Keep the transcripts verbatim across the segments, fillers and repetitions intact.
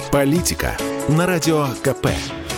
Политика на Радио КП.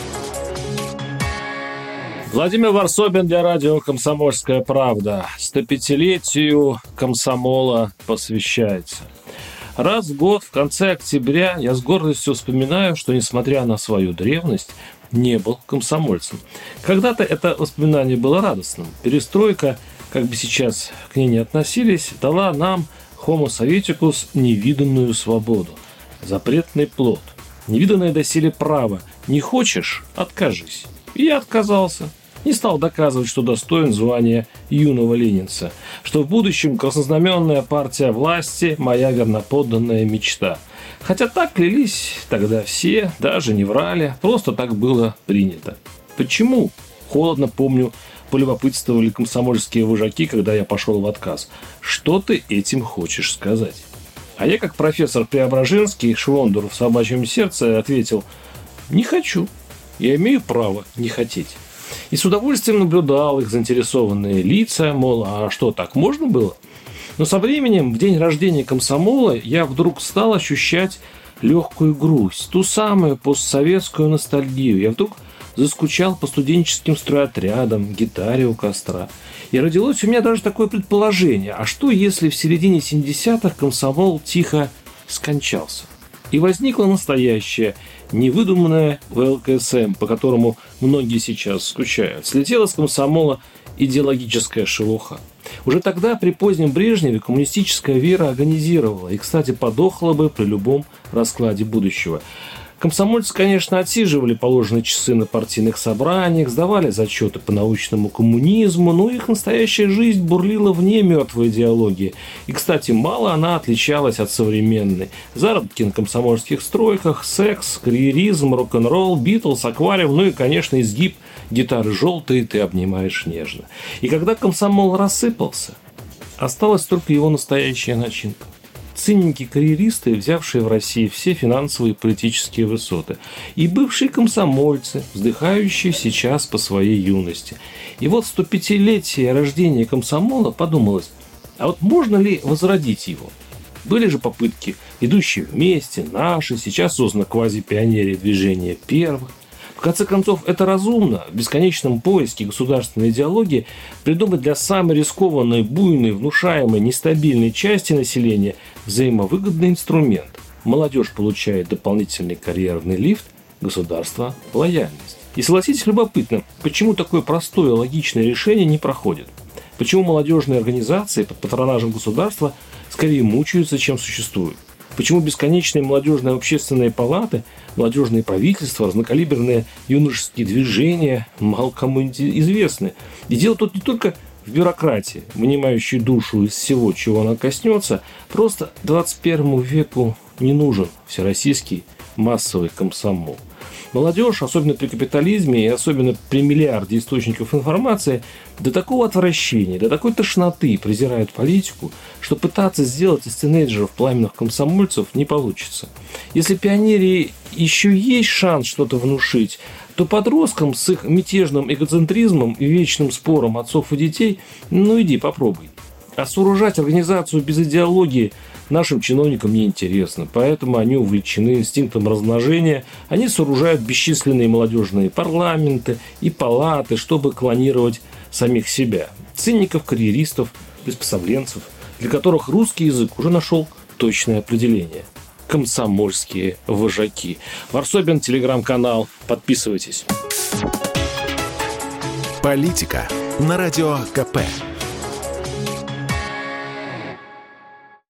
Владимир Варсобин для радио «Комсомольская правда». стопятилетию комсомола посвящается. Раз в год, в конце октября, я с гордостью вспоминаю, что, несмотря на свою древность, не был комсомольцем. Когда-то это воспоминание было радостным. Перестройка, как бы сейчас к ней не относились, дала нам, Homo Sovieticus, невиданную свободу. Запретный плод. Невиданное доселе право. Не хочешь – откажись. И я отказался. Не стал доказывать, что достоин звания юного ленинца, что в будущем краснознаменная партия власти – моя верноподданная мечта. Хотя так клялись тогда все, даже не врали, просто так было принято. Почему? Холодно помню, полюбопытствовали комсомольские вожаки, когда я пошел в отказ. Что ты этим хочешь сказать? А я, как профессор Преображенский, Швондер в «Собачьем сердце», ответил: не хочу. Я имею право не хотеть. И с удовольствием наблюдал их заинтересованные лица, мол, а что, так можно было? Но со временем, в день рождения комсомола, я вдруг стал ощущать легкую грусть, ту самую постсоветскую ностальгию. Я вдруг заскучал по студенческим стройотрядам, гитаре у костра. И родилось у меня даже такое предположение: а что, если в середине семидесятых комсомол тихо скончался? И возникла настоящая, невыдуманная вэ эл ка эс эм, по которому многие сейчас скучают. Слетела с комсомола идеологическая шелуха. Уже тогда, при позднем Брежневе, коммунистическая вера агонизировала и, кстати, подохла бы при любом раскладе будущего. Комсомольцы, конечно, отсиживали положенные часы на партийных собраниях, сдавали зачеты по научному коммунизму, но их настоящая жизнь бурлила вне мертвой идеологии. И, кстати, мало она отличалась от современной. Заработки на комсомольских стройках, секс, карьеризм, рок-н-ролл, Битлз, аквариум, ну и, конечно, изгиб гитары желтые ты обнимаешь нежно. И когда комсомол рассыпался, осталась только его настоящая начинка. Цинники-карьеристы, взявшие в России все финансовые и политические высоты, и бывшие комсомольцы, вздыхающие сейчас по своей юности. И вот в стопятилетие рождения комсомола подумалось, а вот можно ли возродить его? Были же попытки, идущие вместе, наши, сейчас создано квазипионерия движения первых. В конце концов, это разумно в бесконечном поиске государственной идеологии придумать для самой рискованной, буйной, внушаемой, нестабильной части населения взаимовыгодный инструмент. Молодежь получает дополнительный карьерный лифт, государство – лояльность. И согласитесь, любопытно, почему такое простое логичное решение не проходит? Почему молодежные организации под патронажем государства скорее мучаются, чем существуют? Почему бесконечные молодежные общественные палаты, молодежные правительства, разнокалиберные юношеские движения мало кому известны? И дело тут не только в бюрократии, вынимающей душу из всего, чего она коснется. Просто двадцать первому веку не нужен всероссийский массовый комсомол. Молодежь, особенно при капитализме и особенно при миллиарде источников информации, до такого отвращения, до такой тошноты презирают политику, что пытаться сделать из тинейджеров пламенных комсомольцев не получится. Если пионерии еще есть шанс что-то внушить, то подросткам с их мятежным эгоцентризмом и вечным спором отцов и детей, ну иди попробуй. А сооружать организацию без идеологии нашим чиновникам неинтересно, поэтому они увлечены инстинктом размножения, они сооружают бесчисленные молодежные парламенты и палаты, чтобы клонировать самих себя. Цинников, карьеристов, приспособленцев, для которых русский язык уже нашел точное определение. Комсомольские вожаки. Варсобин, телеграм-канал. Подписывайтесь. Политика на Радио КП.